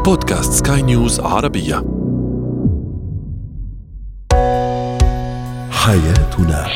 بودكاست سكاي نيوز عربية. حياتنا.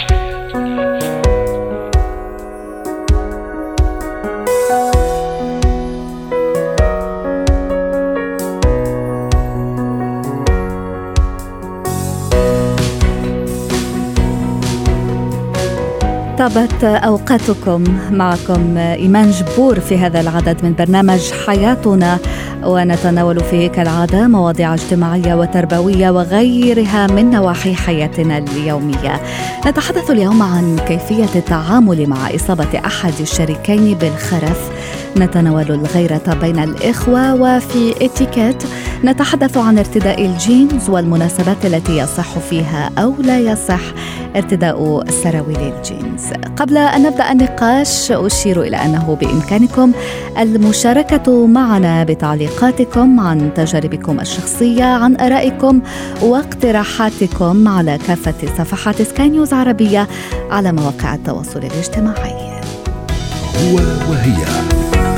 طابت أوقاتكم. معكم إيمان جبور في هذا العدد من برنامج حياتنا، ونتناول فيه كالعادة مواضيع اجتماعية وتربوية وغيرها من نواحي حياتنا اليومية. نتحدث اليوم عن كيفية التعامل مع إصابة أحد الشريكين بالخرف، نتناول الغيرة بين الإخوة، وفي إتيكيت نتحدث عن ارتداء الجينز والمناسبات التي يصح فيها أو لا يصح ارتداء سراويل الجينز. قبل أن نبدأ النقاش أشير إلى أنه بإمكانكم المشاركة معنا بتعليقاتكم عن تجاربكم الشخصية، عن آرائكم واقتراحاتكم على كافة صفحات سكاي نيوز عربية على مواقع التواصل الاجتماعي. هو وهي.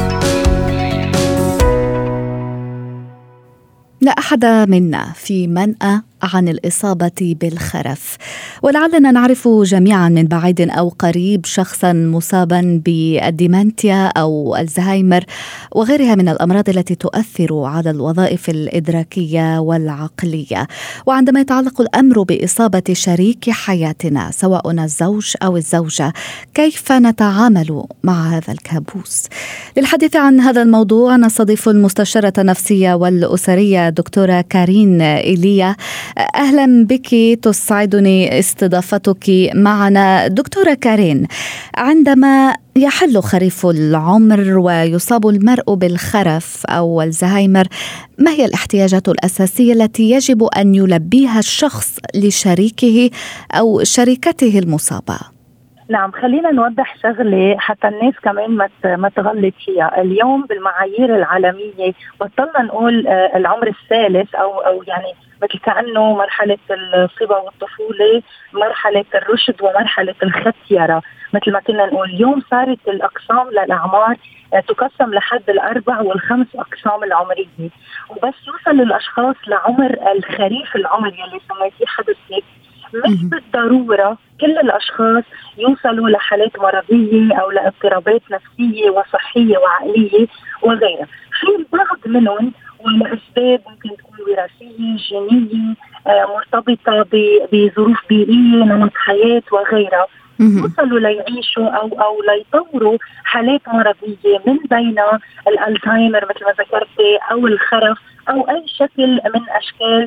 لا أحد منا في منأى عن الإصابة بالخرف، ولعلنا نعرف جميعا من بعيد أو قريب شخصا مصابا بالديمنتيا أو الزهايمر وغيرها من الأمراض التي تؤثر على الوظائف الإدراكية والعقلية. وعندما يتعلق الأمر بإصابة شريك حياتنا سواء الزوج أو الزوجة، كيف نتعامل مع هذا الكابوس؟ للحديث عن هذا الموضوع نستضيف المستشارة النفسية والأسرية دكتورة كارين إيليا. أهلا بك، تسعدني استضافتك معنا. دكتورة كارين، عندما يحل خريف العمر ويصاب المرء بالخرف أو الزهايمر، ما هي الاحتياجات الأساسية التي يجب أن يلبيها الشخص لشريكه أو شريكته المصابة؟ نعم، خلينا نوضح شغلة حتى الناس كمان ما تغلط فيها. اليوم بالمعايير العالمية بطلنا نقول العمر الثالث أو يعني مثل كأنه مرحلة الصبا والطفولة، مرحلة الرشد ومرحلة الختيرة مثل ما كنا نقول. اليوم صارت الأقسام للأعمار تقسم لحد 4 و5 أقسام العمرية، وبس يوصل الأشخاص لعمر الخريف العمر يلي سميتيه حدثك، مش بالضرورة كل الأشخاص يوصلوا لحالات مرضية أو لاضطرابات نفسية وصحية وعقلية وغيرها. في البعض منهم ولأسباب ممكن تكون وراثية جينية مرتبطة بظروف بيئية، نمط حياة وغيرها، وصلوا ليعيشوا أو ليطوروا حالات مرضية من بينها الألزهايمر مثل ما ذكرتي أو الخرف أو أي شكل من أشكال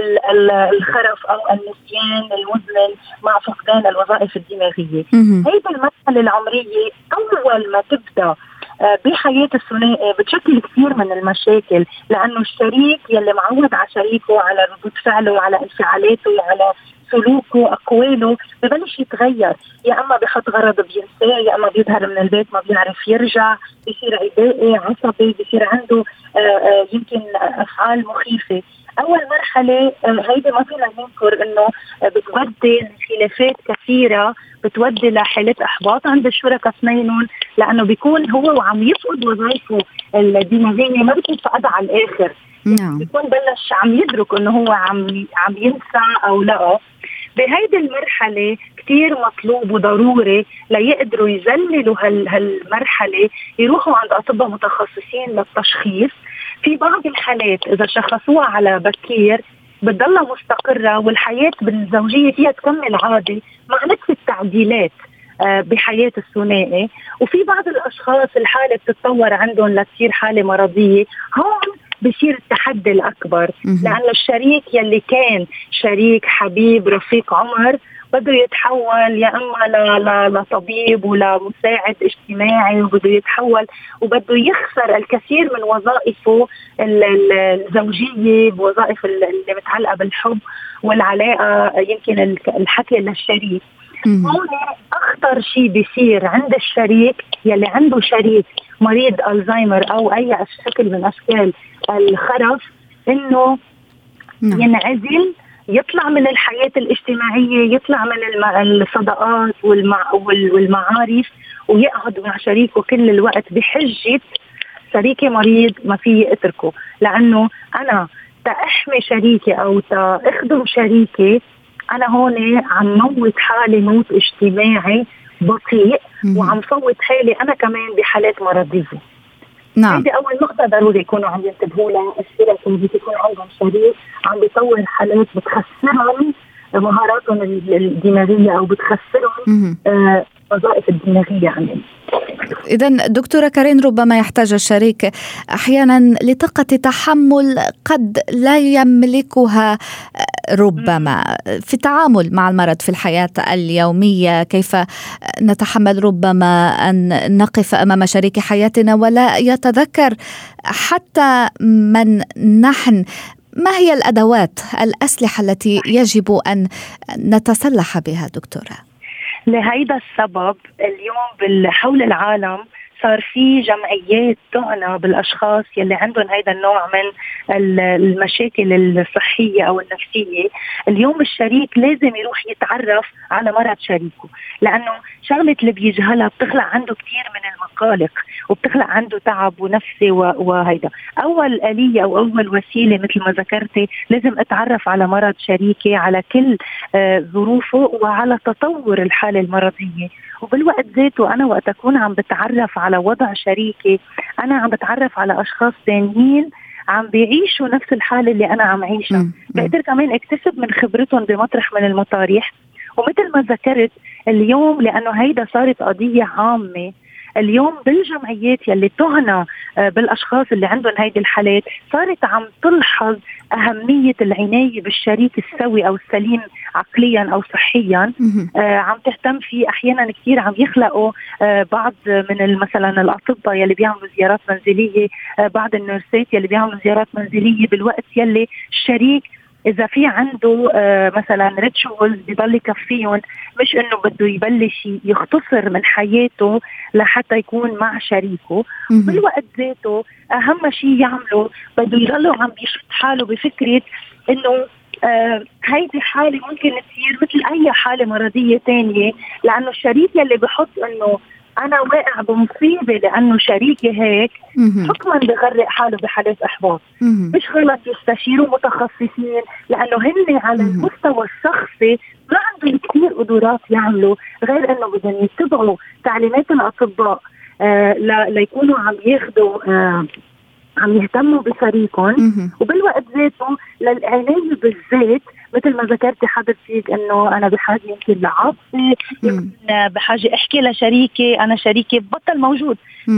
الخرف أو النسيان المزمن مع فقدان الوظائف الدماغية. هذه المرحلة العمرية أول ما تبدأ بحياة الثنائي بتشكل كثير من المشاكل، لأنه الشريك يلي معود على شريكه، على ردود فعله، على انفعالاته، على سلوكه، أقواله، ببلش يتغير. يا أما بحط غرض بينساه، يا أما بيظهر من البيت ما بيعرف يرجع، بيصير عدائي عصبي، بيصير عنده يمكن أفعال مخيفة. أول مرحلة هيدا ما فينا ننكر إنه بتودي خلافات كثيرة، بتودي لحالات إحباط عند الشركاء اثنينهم، لأنه بيكون هو وعم يفقد وظائفه الدماغية، ما بيكون فقدها على الآخر. نعم. بيكون بلش عم يدرك إنه هو عم ينسى أو لا. بهيدي المرحلة كتير مطلوب وضروري ليقدروا يذللوا هالمرحلة يروحوا عند أطباء متخصصين للتشخيص. في بعض الحالات إذا شخصوها على بكير بتضلها مستقرة والحياة بالزوجية فيها تكمل عادي مع نفس التعديلات بحياة الثنائي. وفي بعض الأشخاص الحالة بتتطور عندهم لتصير حالة مرضية، هون بصير التحدي الأكبر، لأن الشريك يلي كان شريك حبيب رفيق عمر بده يتحول يا إما لطبيب ولا مساعد اجتماعي، وبده يتحول وبده يخسر الكثير من وظائفه الزوجية، بوظائف اللي متعلقة بالحب والعلاقة، يمكن الحكي للشريك. هون أخطر شيء بيصير عند الشريك يلي عنده شريك مريض ألزهايمر أو أي شكل من أشكال الخرف، إنه ينعزل، يطلع من الحياة الاجتماعية، يطلع من الصداقات والمعارف، ويقعد مع شريكه كل الوقت بحجة شريكي مريض ما في اتركه، لأنه أنا تأحمي شريكي أو تأخدم شريكي أنا هون عم موت حالي موت اجتماعي بطيء، وعم فوت حالي أنا كمان بحالات مرضية. نعم. هذه أول نقطة ضروري يكونوا عم ينتبهوا لها. الشركة اللي يكون عندهم شريك عم بيطور حالات بتخسرهم مهاراتهم الدماغية أو بتخسرهم وظائف الدماغية عندهم. إذن دكتورة كارين، ربما يحتاج الشريك أحيانا لطاقة تحمل قد لا يملكها ربما في التعامل مع المرض في الحياة اليومية. كيف نتحمل ربما أن نقف أمام شريك حياتنا ولا يتذكر حتى من نحن؟ ما هي الأدوات الأسلحة التي يجب أن نتسلح بها دكتورة؟ لهيدا السبب اليوم حول العالم صار في جمعيات تعنى بالأشخاص يلي عندهم هيدا النوع من المشاكل الصحية أو النفسية. اليوم الشريك لازم يروح يتعرف على مرض شريكه، لأنه شغلة اللي بيجهلها بتخلق عنده كتير من المقالق وبتخلق عنده تعب ونفسي وهيدا. أول آلية أو أول وسيلة مثل ما ذكرتي لازم أتعرف على مرض شريكي، على كل ظروفه وعلى تطور الحالة المرضية. وبالوقت ذاته أنا وقت أكون عم بتعرف على وضع شريكي أنا عم بتعرف على أشخاص ثانيين عم بيعيشوا نفس الحالة اللي أنا عم عيشها. بقدر كمان اكتسب من خبرتهم بمطرح من المطارح. ومثل ما ذكرت اليوم، لأنه هيدا صارت قضية عامة اليوم بالجمعيات يلي تعنى بالأشخاص اللي عندهم هيدي الحالات، صارت عم تلحظ أهمية العناية بالشريك السوي أو السليم عقليا أو صحيا. عم تهتم فيه. أحيانا كثير عم يخلقوا بعض من مثلا الأطباء يلي بيعملوا زيارات منزلية، بعض النيرسات يلي بيعملوا زيارات منزلية بالوقت يلي الشريك إذا في عنده مثلا ريتشولز بيضل يكفيهم، مش إنه بده يبلش يختصر من حياته لحتى يكون مع شريكه. بالوقت ذاته أهم شيء يعمله بده يضلوا عم بيشد حاله بفكرة إنه هيدي حالة ممكن تصير مثل أي حالة مرضية تانية، لأنه الشريك يلي بحط إنه أنا واقع بمصيبة لأنه شريكي هيك حكما بغرق حاله بحالات إحباط. مش غلط يستشيروا متخصصين، لأنه هن على المستوى الشخصي ما عندهم كثير قدرات يعملوا غير أنه بدهم يتبعوا تعليمات الأطباء ليكونوا عم ياخدوا عم يهتموا بشريكهم. وبالوقت ذاته للعناية بالذات مثل ما ذكرتي حضرتك انه انا بحاجه يمكن لعاطفه، بحاجه احكي لشريكي انا شريكي بطل موجود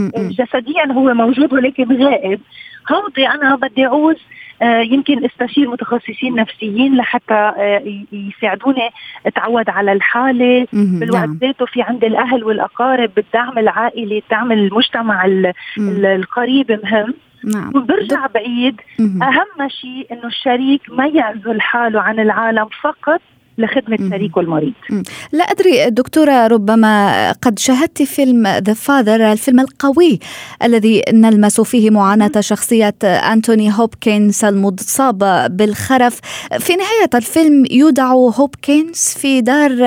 جسديا، هو موجود ولكن غائب. هودي انا بدي اعوز يمكن استشير متخصصين نفسيين لحتى يساعدوني اتعود على الحاله. بالوقت ذاته في عند الاهل والاقارب بالدعم العائلي، الدعم المجتمع القريب مهم. وبرجع بعيد أهم شيء إنه الشريك ما يعزل حاله عن العالم فقط لخدمة شريكه المريض. لا أدري دكتورة، ربما قد شاهدت فيلم The Father، الفيلم القوي الذي نلمس فيه معاناة شخصية أنتوني هوبكنز المصاب بالخرف. في نهاية الفيلم يودع هوبكنز في دار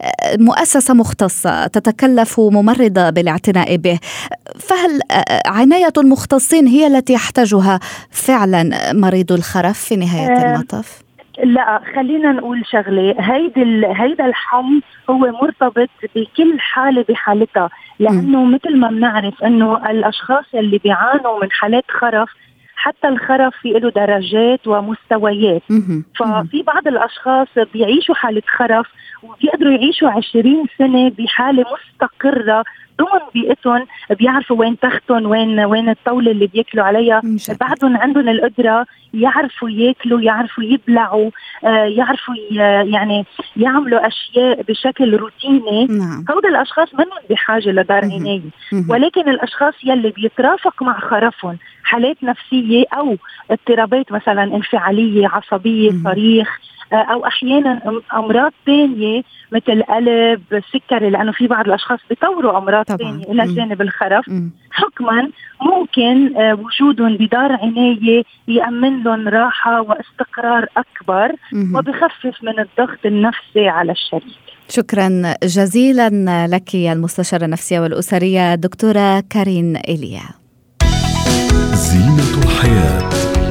مؤسسة مختصة تتكلف ممرضة بالاعتناء به. فهل عناية المختصين هي التي يحتاجها فعلا مريض الخرف في نهاية المطاف؟ لا، خلينا نقول شغلة. هيدا الحل هو مرتبط بكل حالة بحالتها، لأنه مثل ما بنعرف أنه الأشخاص اللي بيعانوا من حالات خرف، حتى الخرف في له درجات ومستويات. ففي بعض الأشخاص بيعيشوا حالة خرف وبيقدروا يعيشوا 20 سنة بحالة مستقرة ضمن بيئتهم، بيعرفوا وين تختهم، وين الطاولة اللي بياكلوا عليها. بعدهم عندهم القدرة يعرفوا ياكلوا، يعرفوا يبلعوا، يعرفوا يعني يعملوا أشياء بشكل روتيني. هؤلاء الأشخاص منهم بحاجة لدار عناية. ولكن الأشخاص يلي بيترافق مع خرفهم حالات نفسية أو اضطرابات مثلا انفعالية عصبية صريخ، أو أحيانا أمراض تانية مثل قلب، سكري، لأنه في بعض الأشخاص بيطوروا أمراض تانية إلى جانب الخرف. حكما ممكن وجودهم بدار عناية يأمن لهم راحة واستقرار أكبر وبخفف من الضغط النفسي على الشريك. شكرا جزيلا لك المستشارة النفسية والأسرية دكتورة كارين إيليا. الحياة.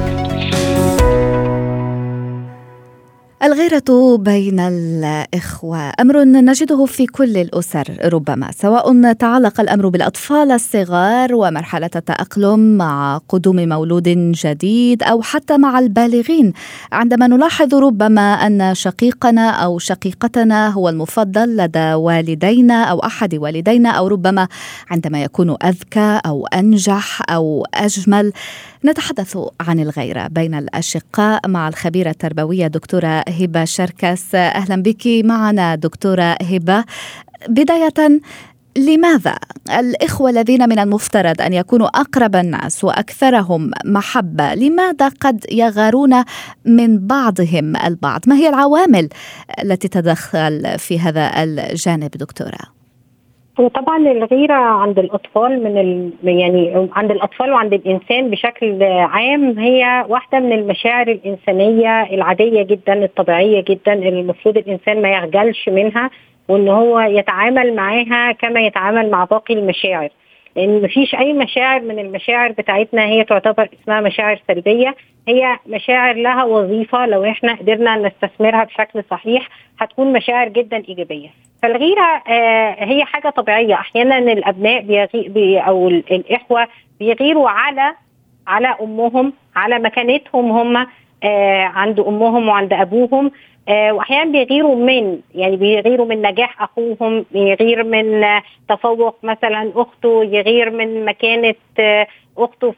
الغيرة بين الإخوة أمر نجده في كل الأسر ربما، سواء تعلق الأمر بالأطفال الصغار ومرحلة التأقلم مع قدوم مولود جديد، أو حتى مع البالغين عندما نلاحظ ربما أن شقيقنا أو شقيقتنا هو المفضل لدى والدينا أو أحد والدينا، أو ربما عندما يكون أذكى أو أنجح أو أجمل. نتحدث عن الغيرة بين الأشقاء مع الخبيرة التربوية دكتورة هبة شركس. أهلا بك معنا دكتورة هبة. بداية، لماذا الإخوة الذين من المفترض أن يكونوا أقرب الناس وأكثرهم محبة، لماذا قد يغارون من بعضهم البعض؟ ما هي العوامل التي تدخل في هذا الجانب دكتورة؟ وطبعا الغيرة عند الأطفال يعني عند الأطفال وعند الإنسان بشكل عام هي واحدة من المشاعر الإنسانية العادية جدا الطبيعية جدا اللي المفروض الإنسان ما يخجلش منها، وإن هو يتعامل معاها كما يتعامل مع باقي المشاعر، لأن مفيش أي مشاعر من المشاعر بتاعتنا هي تعتبر اسمها مشاعر سلبية. هي مشاعر لها وظيفة، لو إحنا قدرنا نستثمرها بشكل صحيح هتكون مشاعر جدا إيجابية. فالغيرة هي حاجة طبيعية. أحيانا الأبناء أو الإخوة بيغيروا على أمهم، على مكانتهم هم عند أمهم وعند أبوهم، وأحيانا بيغيروا من نجاح أخوهم، يغير من تفوق مثلا أخته، يغير من مكانة أخته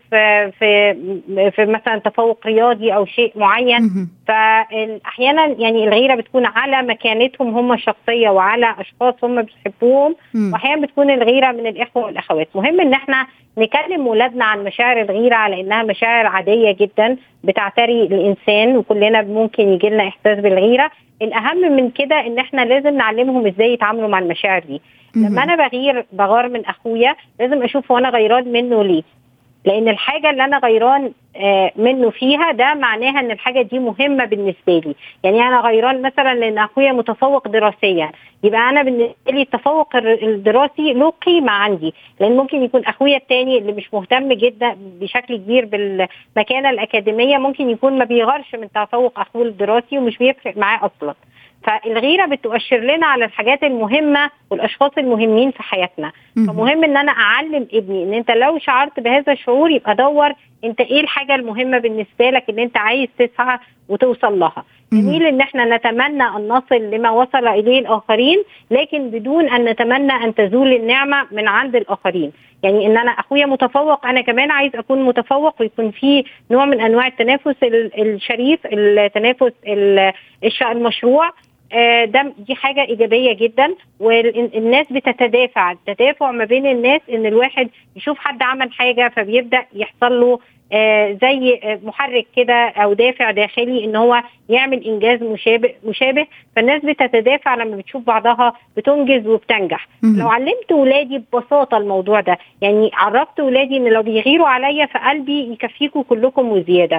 في مثلا تفوق رياضي أو شيء معين. فأحيانا يعني الغيرة بتكون على مكانتهم هم الشخصية وعلى أشخاص هم بيحبوهم، وأحيانا بتكون الغيرة من الإخوة والأخوات. مهم إن احنا نكلم ولادنا عن مشاعر الغيرة على إنها مشاعر عادية جدا بتعتري الإنسان، وكلنا ممكن يجي لنا إحساس بالغيرة. الأهم من كده إن احنا لازم نعلمهم إزاي يتعاملوا مع المشاعر دي. لما أنا بغار من أخويا لازم أشوف وأنا غيران منه ليه، لأن الحاجة اللي أنا غيران منه فيها ده معناها أن الحاجة دي مهمة بالنسبة لي. يعني أنا غيران مثلا لأن أخويا متفوق دراسيا، يبقى أنا بالنسبة لي التفوق الدراسي له قيمة عندي، لأن ممكن يكون أخويا التاني اللي مش مهتم جدا بشكل كبير بالمكانة الأكاديمية ممكن يكون ما بيغارش من تفوق أخوه الدراسي ومش بيفرق معاه أصلا. فالغيرة بتؤشر لنا على الحاجات المهمة والأشخاص المهمين في حياتنا. فمهم ان انا اعلم ابني ان انت لو شعرت بهذا الشعور يبقى دور انت ايه الحاجة المهمة بالنسبة لك ان انت عايز تسعى وتوصل لها. جميل ان احنا نتمنى ان نصل لما وصل اليه الاخرين، لكن بدون ان نتمنى ان تزول النعمة من عند الاخرين. يعني ان انا اخويا متفوق انا كمان عايز اكون متفوق، ويكون في نوع من انواع التنافس الشريف، التنافس المشروع. دي حاجة إيجابية جدا، والناس بتتدافع. التدافع ما بين الناس إن الواحد يشوف حد عمل حاجة فبيبدأ يحصل له زي محرك كده أو دافع داخلي إن هو يعمل إنجاز مشابه. فالناس بتتدافع لما بتشوف بعضها بتنجز وبتنجح. لو علمت ولادي ببساطة الموضوع ده، يعني عرفت ولادي إن لو بيغيروا عليا فقلبي يكفيكوا كلكم وزيادة.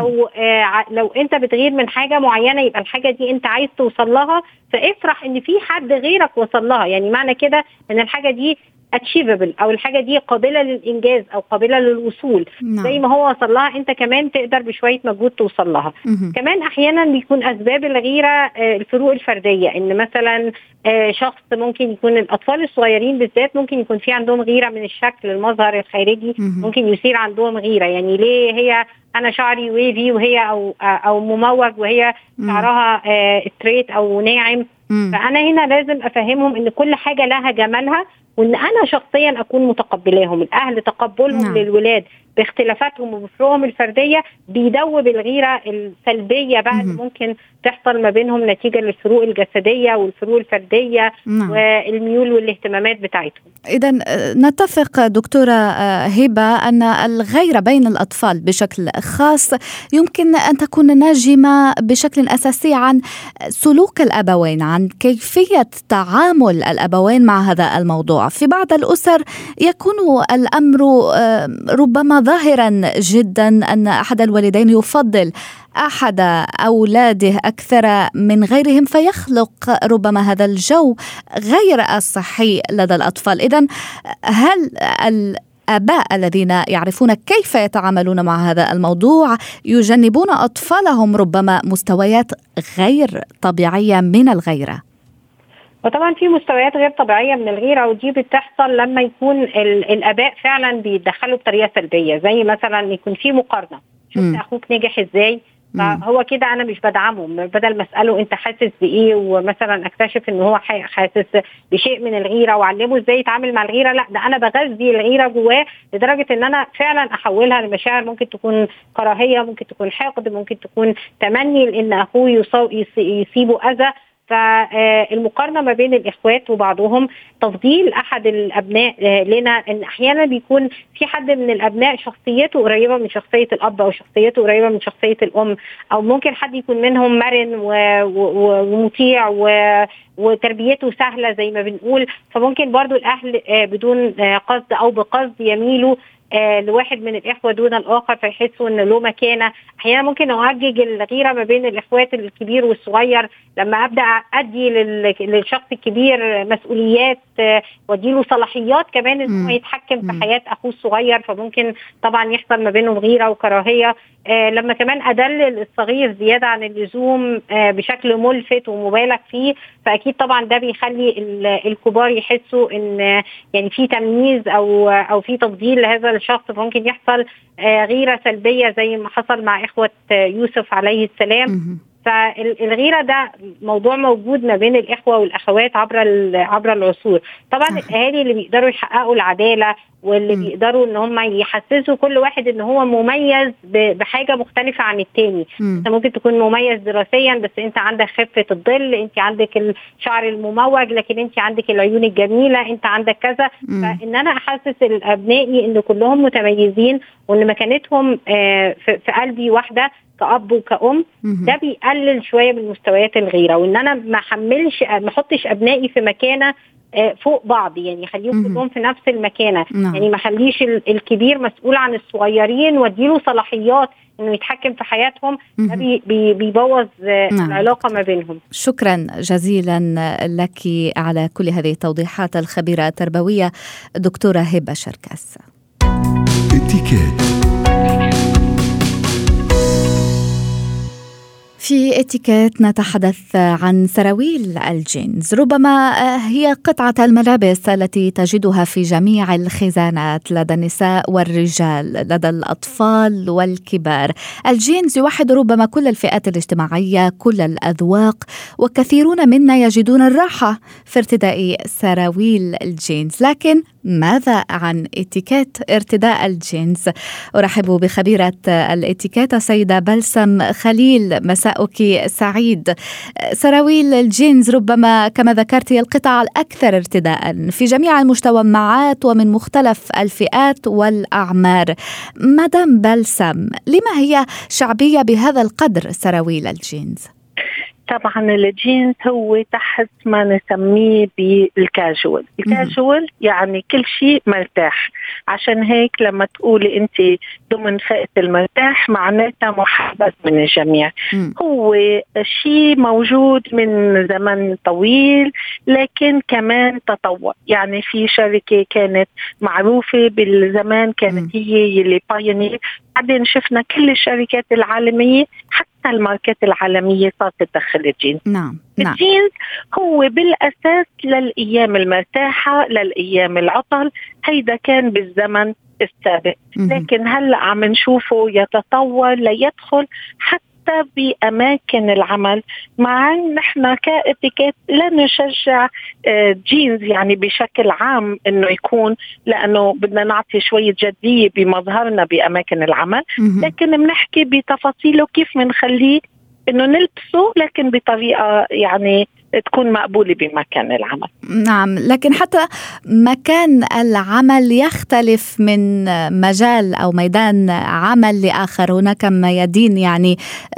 لو أنت بتغير من حاجة معينة يبقى الحاجة دي أنت عايز توصل لها، فافرح إن في حد غيرك وصل لها. يعني معنى كده إن الحاجة دي achievable أو الحاجة دي قابلة للإنجاز أو قابلة للوصول. زي ما هو وصل لها أنت كمان تقدر بشوية مجهود توصل لها. كمان أحيانا بيكون أسباب الغيرة الفروق الفردية، إن مثلا شخص ممكن يكون الأطفال الصغيرين بالذات ممكن يكون في عندهم غيرة من الشكل، المظهر الخارجي ممكن يصير عندهم غيرة. يعني ليه هي أنا شعري ويفي وهي أو مموج وهي شعرها ستريت أو ناعم؟ فأنا هنا لازم أفهمهم إن كل حاجة لها جمالها، وإن أنا شخصيا أكون متقبلاهم. الأهل تقبلهم للولاد باختلافاتهم وبفروقهم الفردية بيدوب الغيرة السلبية بعد ممكن تحصل ما بينهم نتيجة للفروق الجسدية والفروق الفردية والميول والاهتمامات بتاعتهم. إذن نتفق دكتورة هبة أن الغيرة بين الأطفال بشكل خاص يمكن أن تكون ناجمة بشكل أساسي عن سلوك الأبوين، عن كيفية تعامل الأبوين مع هذا الموضوع. في بعض الأسر يكون الأمر ربما ظاهرا جدا أن أحد الوالدين يفضل أحد أولاده أكثر من غيرهم، فيخلق ربما هذا الجو غير الصحي لدى الأطفال. إذن هل الآباء الذين يعرفون كيف يتعاملون مع هذا الموضوع يجنبون أطفالهم ربما مستويات غير طبيعية من الغيرة. وطبعا في مستويات غير طبيعية من الغيرة، ودي بتحصل لما يكون الآباء فعلا بيتدخلوا بطريقة سلبية، زي مثلا يكون في مقارنة، شفت أخوك نجح إزاي، فهو كده أنا مش بدعمه، بدل ما أسأله أنت حاسس بإيه ومثلا أكتشف إن هو حاسس بشيء من الغيرة وأعلمه إزاي يتعامل مع الغيرة، لا ده أنا بغذي الغيرة جواه لدرجة إن أنا فعلا أحولها لمشاعر ممكن تكون كراهية، ممكن تكون حقد، ممكن تكون تمني لأن أخوه يصيبه أذى. فالمقارنة ما بين الإخوات وبعضهم، تفضيل أحد الأبناء لنا، إن أحيانا بيكون في حد من الأبناء شخصيته قريبة من شخصية الأب أو شخصيته قريبة من شخصية الأم، أو ممكن حد يكون منهم مرن ومطيع وتربيته سهلة زي ما بنقول، فممكن برضو الأهل بدون قصد أو بقصد يميلوا لواحد من الإخوة دون الآخر، فيحسوا أن له مكانة. أحيانا ممكن أعجج الغيرة ما بين الإخوات الكبير والصغير، لما أبدأ أدي للشخص الكبير مسؤوليات وأديله صلاحيات كمان أنه يتحكم في حياة أخوه الصغير، فممكن طبعا يحصل ما بينهم غيرة وكراهية. لما كمان أدلل الصغير زيادة عن اللزوم بشكل ملفت ومبالغ فيه، فأكيد طبعا ده بيخلي الكبار يحسوا أن يعني في تمييز أو في تفضيل لهذا الشخص، فممكن يحصل غيرة سلبية زي ما حصل مع إخوة يوسف عليه السلام. فالغيرة ده موضوع موجود ما بين الإخوة والأخوات عبر العصور. طبعا الأهالي اللي بيقدروا يحققوا العدالة واللي بيقدروا ان هم يحسسوا كل واحد ان هو مميز بحاجة مختلفة عن التاني. انت ممكن تكون مميز دراسيا بس انت عندك خفة الظل، انت عندك الشعر المموج، لكن انت عندك العيون الجميلة، انت عندك كذا. فان انا احسس الابنائي ان كلهم متميزين وان مكانتهم في قلبي واحدة كأب وكأم، ده بيقلل شوية من مستويات الغيرة. وان انا ما احطش ابنائي في مكانة فوق بعض، يعني خليهم كلهم في نفس المكانة. يعني ما خليش الكبير مسؤول عن الصغيرين واديله صلاحيات انه يتحكم في حياتهم، ده بيبوظ العلاقة ما بينهم. شكرا جزيلا لك على كل هذه التوضيحات الخبيرة التربوية دكتورة هبة شركس. في اتيكيت نتحدث عن سراويل الجينز، ربما هي قطعة الملابس التي تجدها في جميع الخزانات لدى النساء والرجال، لدى الأطفال والكبار. الجينز يوحد ربما كل الفئات الاجتماعية، كل الأذواق، وكثيرون منا يجدون الراحة في ارتداء سراويل الجينز. لكن ماذا عن اتيكيت ارتداء الجينز؟ أرحب بخبيرة الاتيكيت السيدة بلسم خليل. مساءك سعيد. سراويل الجينز ربما كما ذكرت هي القطعة الأكثر ارتداء في جميع المجتمعات ومن مختلف الفئات والأعمار. مدام بلسم، لما هي شعبية بهذا القدر سراويل الجينز؟ طبعا الجينز هو تحت ما نسميه بالكاجوال. الكاجوال يعني كل شيء مرتاح، عشان هيك لما تقولي انت ضمن فئة المرتاح معناتها محبب من الجميع. هو شيء موجود من زمن طويل، لكن كمان تطور. يعني في شركة كانت معروفة بالزمان كانت هي اللي بايونير، بعدين شفنا كل الشركات العالمية حتى الماركات العالمية صارت تدخل الجينز. نعم. الجينز هو بالأساس للأيام المرتاحة، للأيام العطل، هيدا كان بالزمن السابق. لكن هلأ عم نشوفه يتطور ليدخل حتى بأماكن العمل، مع أن نحن كاتيكيت لا نشجع جينز يعني بشكل عام أنه يكون، لأنه بدنا نعطي شوية جدية بمظهرنا بأماكن العمل، لكن بنحكي بتفاصيله كيف منخليه أنه نلبسه لكن بطريقة يعني تكون مقبولة بمكان العمل. نعم، لكن حتى مكان العمل يختلف من مجال أو ميدان عمل لآخر. هناك ميادين يعني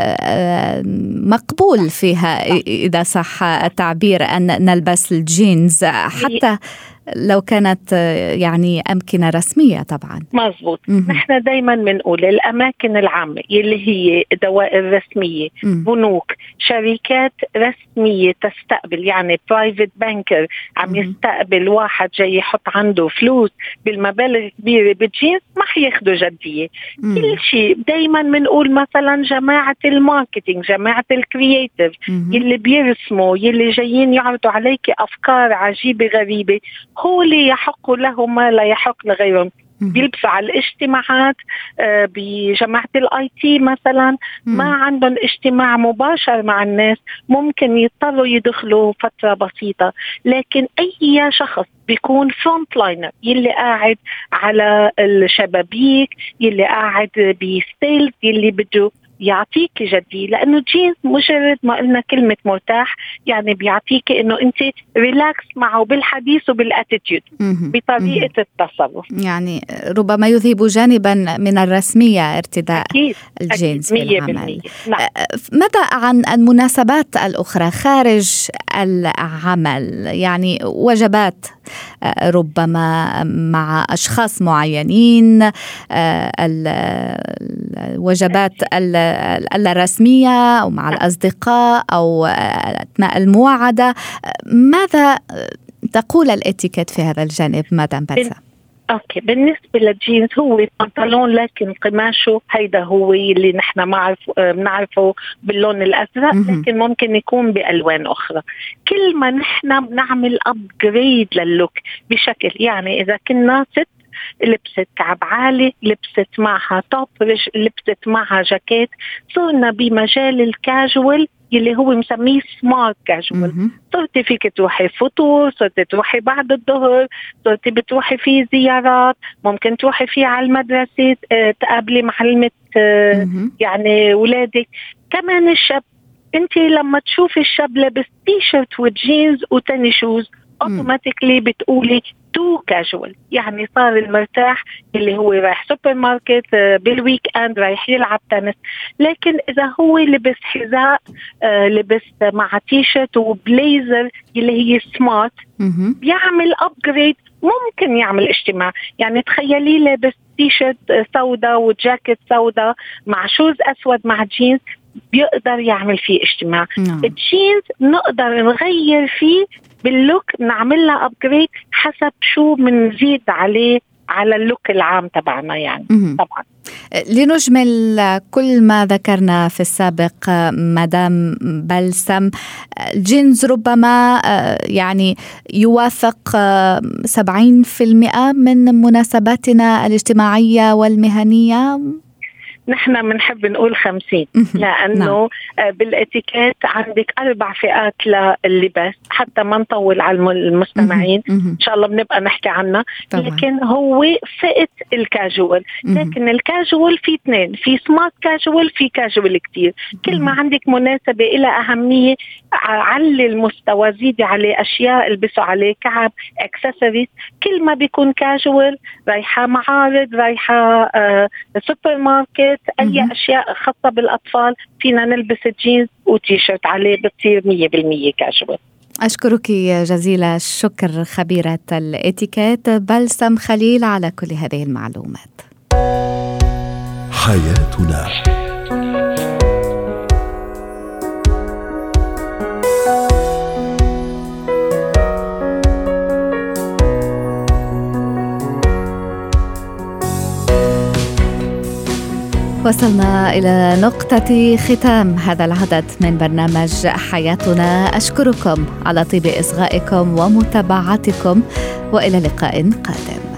مقبول فيها إذا صح التعبير أن نلبس الجينز، حتى لو كانت يعني أمكنة رسمية طبعا. مزبوط. نحن دايما بنقول الأماكن العامة اللي هي دوائر رسمية، بنوك، شركات رسمية تستقبل، يعني برايفت بانكر عم يستقبل واحد جاي يحط عنده فلوس بالمبالغ كبيرة بالجينز، ما حياخدوا جدية. كل شيء دايما بنقول مثلا جماعة الماركتينج، جماعة الكرياتيف يلي بيرسموا، يلي جايين يعرضوا عليك أفكار عجيبة غريبة، هو اللي يحق لهم ما لا يحق لغيرهم. بيلبسوا على الاجتماعات بجماعة الIT مثلا، ما عندهم اجتماع مباشر مع الناس، ممكن يضطروا يدخلوا فترة بسيطة. لكن أي شخص بيكون فرونت لاينر، يلي قاعد على الشبابيك، يلي قاعد بستيلز، يلي بده يعطيك جدي، لأنه جينز مجرد ما قلنا كلمة مرتاح يعني بيعطيك إنه أنت ريلاكس معه بالحديث وبالاتيتيود، بطريقة التصرف. يعني ربما يذهب جانبا من الرسمية ارتداء الجينز في العمل. نعم. ماذا عن المناسبات الأخرى خارج العمل؟ يعني وجبات ربما مع أشخاص معينين، الوجبات الرسمية أو مع الأصدقاء أو أثناء المواعدة، ماذا تقول الاتيكيت في هذا الجانب مدام بلسم؟ اوكي، بالنسبه للجينز هو بنطلون لكن قماشه هيدا هو اللي نحن بنعرفه باللون الازرق، لكن ممكن يكون بالوان اخرى. كل ما نحن بنعمل ابجريد لللوك بشكل، يعني اذا كنا ست لبست كعب عالي، لبست معها توب، لبست معها جاكيت، صرنا بمجال الكاجوال اللي هو مسميه سمارت كاجوال. صرتي فيك تروحي فطور، صرتي تروحي بعد الظهر، صرتي بتروحي في زيارات، ممكن تروحي فيه على المدرسة، تقابلي معلمة يعني ولادك. كمان الشاب، انت لما تشوفي الشاب لابس تي شيرت وجينز وتاني شوز، اوتوماتيكلي بتقولي تو كاجوال، يعني صار المرتاح اللي هو رايح سوبر ماركت بالويك اند رايح يلعب تنس. لكن اذا هو لبس حذاء، لبس مع تي شيرت وبليزر اللي هي سمارت، بيعمل ابجريد، ممكن يعمل اجتماع. يعني تخيلي لابس تي شيرت سودا وجاكيت سودا مع شوز اسود مع جينز، بيقدر يعمل فيه اجتماع. الجينز نقدر نغير فيه باللوك، نعملها أبجريد حسب شو منزيد عليه على اللوك العام تبعنا يعني. طبعا لنجمل كل ما ذكرنا في السابق مدام بلسم، الجينز ربما يعني يوافق 70% من مناسباتنا الاجتماعية والمهنية. نحن بنحب نقول 50 لأنه بالاتيكيت عندك 4 فئات لللباس، حتى ما نطول على المستمعين إن شاء الله بنبقى نحكي عنها. لكن هو فئة الكاجوال، لكن الكاجوال في 2، في سمارت كاجوال، في كاجوال كتير. كل ما عندك مناسبة إلى أهمية، علي المستوى، زيدي عليه أشياء، البسوا عليه كعب، اكسسوارز. كل ما بيكون كاجوال، رايحة معارض، رايحة سوبر ماركت، أي أشياء خاصة بالأطفال، فينا نلبس الجينز وتيشيرت عليه، بتصير 100% كاجوال. أشكرك جزيل الشكر خبيرة الاتيكيت بلسم خليل على كل هذه المعلومات. حياتنا. وصلنا إلى نقطة ختام هذا العدد من برنامج حياتنا. أشكركم على طيب إصغائكم ومتابعتكم، وإلى لقاء قادم.